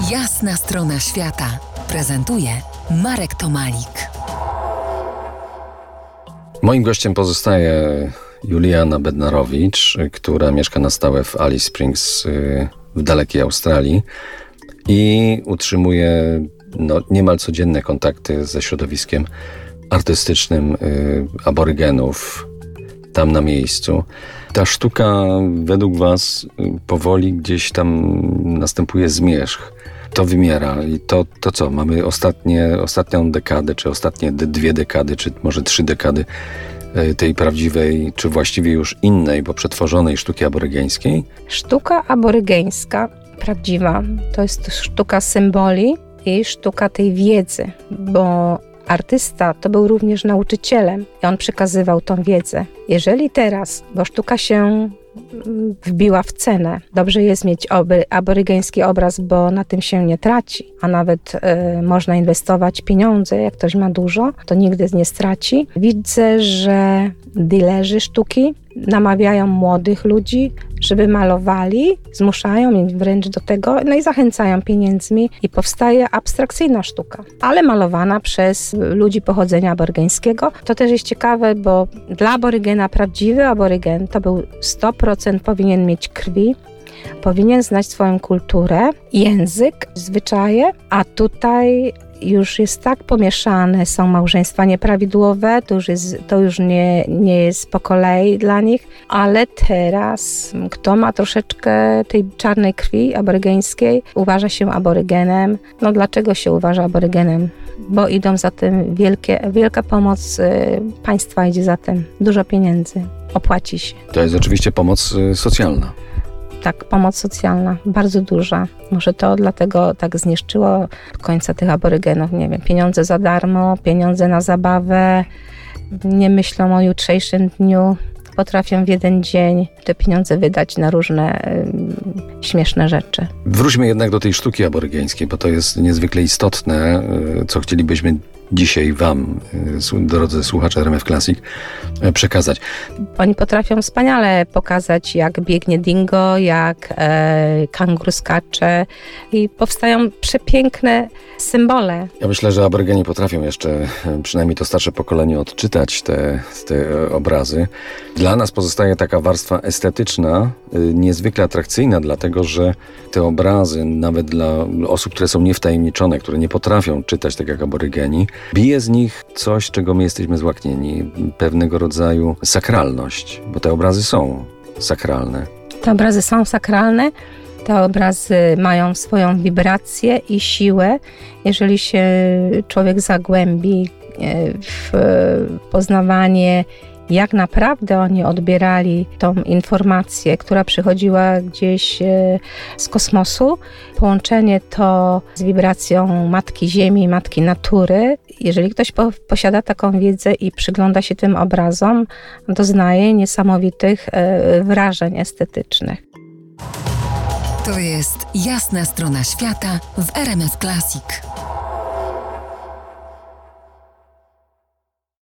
Jasna strona świata prezentuje Marek Tomalik. Moim gościem pozostaje Juliana Bednarowicz, która mieszka na stałe w Alice Springs w dalekiej Australii i utrzymuje niemal codzienne kontakty ze środowiskiem artystycznym aborygenów tam na miejscu. Ta sztuka według was powoli gdzieś tam następuje zmierzch. To wymiera i to co? Mamy ostatnią dekadę, czy ostatnie 2 dekady, czy może 3 dekady tej prawdziwej, czy właściwie już innej, bo przetworzonej sztuki aborygeńskiej? Sztuka aborygeńska, prawdziwa, to jest sztuka symboli i sztuka tej wiedzy, bo artysta to był również nauczycielem i on przekazywał tą wiedzę. Jeżeli teraz, bo sztuka się wbiła w cenę, dobrze jest mieć aborygeński obraz, bo na tym się nie traci, a nawet można inwestować pieniądze, jak ktoś ma dużo, to nigdy nie straci. Widzę, że dealerzy sztuki namawiają młodych ludzi, żeby malowali, zmuszają ich wręcz do tego, i zachęcają pieniędzmi i powstaje abstrakcyjna sztuka, ale malowana przez ludzi pochodzenia aborygeńskiego. To też jest ciekawe, bo dla aborygena prawdziwy aborygen to był 100% powinien mieć krwi, powinien znać swoją kulturę, język, zwyczaje, a tutaj już jest tak pomieszane, są małżeństwa nieprawidłowe, to już nie jest po kolei dla nich, ale teraz kto ma troszeczkę tej czarnej krwi aborygeńskiej, uważa się aborygenem. Dlaczego się uważa aborygenem? Bo idą za tym wielka pomoc państwa idzie za tym, dużo pieniędzy, opłaci się. To jest oczywiście pomoc socjalna. Tak, pomoc socjalna, bardzo duża. Może to dlatego tak zniszczyło do końca tych aborygenów, nie wiem, pieniądze za darmo, pieniądze na zabawę, nie myślą o jutrzejszym dniu, potrafią w jeden dzień te pieniądze wydać na różne śmieszne rzeczy. Wróćmy jednak do tej sztuki aborygeńskiej, bo to jest niezwykle istotne, co chcielibyśmy dzisiaj wam, drodzy słuchacze RMF Classic, przekazać. Oni potrafią wspaniale pokazać, jak biegnie dingo, jak kangur skacze i powstają przepiękne symbole. Ja myślę, że aborygeni potrafią jeszcze, przynajmniej to starsze pokolenie, odczytać te obrazy. Dla nas pozostaje taka warstwa estetyczna, niezwykle atrakcyjna, dlatego że te obrazy, nawet dla osób, które są niewtajemniczone, które nie potrafią czytać tak jak aborygeni, bije z nich coś, czego my jesteśmy złaknieni. Pewnego rodzaju sakralność, bo te obrazy są sakralne. Te obrazy są sakralne. Te obrazy mają swoją wibrację i siłę. Jeżeli się człowiek zagłębi w poznawanie, jak naprawdę oni odbierali tą informację, która przychodziła gdzieś z kosmosu, połączenie to z wibracją Matki Ziemi, Matki Natury. Jeżeli ktoś posiada taką wiedzę i przygląda się tym obrazom, doznaje niesamowitych wrażeń estetycznych. To jest Jasna strona świata w RMF Classic.